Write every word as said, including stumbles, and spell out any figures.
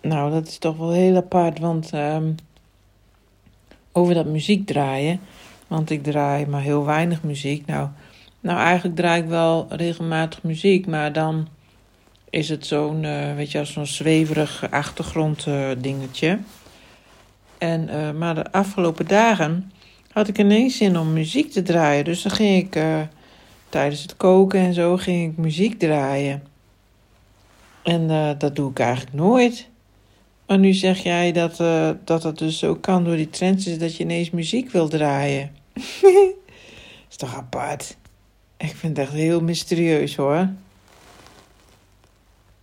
Nou, dat is toch wel heel apart, want um, over dat muziek draaien, want ik draai maar heel weinig muziek. Nou, nou eigenlijk draai ik wel regelmatig muziek, maar dan is het zo'n, uh, weet je, als zo'n zweverig achtergrond uh, dingetje. En, uh, maar de afgelopen dagen had ik ineens zin om muziek te draaien. Dus dan ging ik uh, tijdens het koken en zo ging ik muziek draaien. En uh, dat doe ik eigenlijk nooit. Maar nu zeg jij dat, uh, dat het dus ook kan door die trends is dat je ineens muziek wil draaien. Is toch apart? Ik vind het echt heel mysterieus hoor.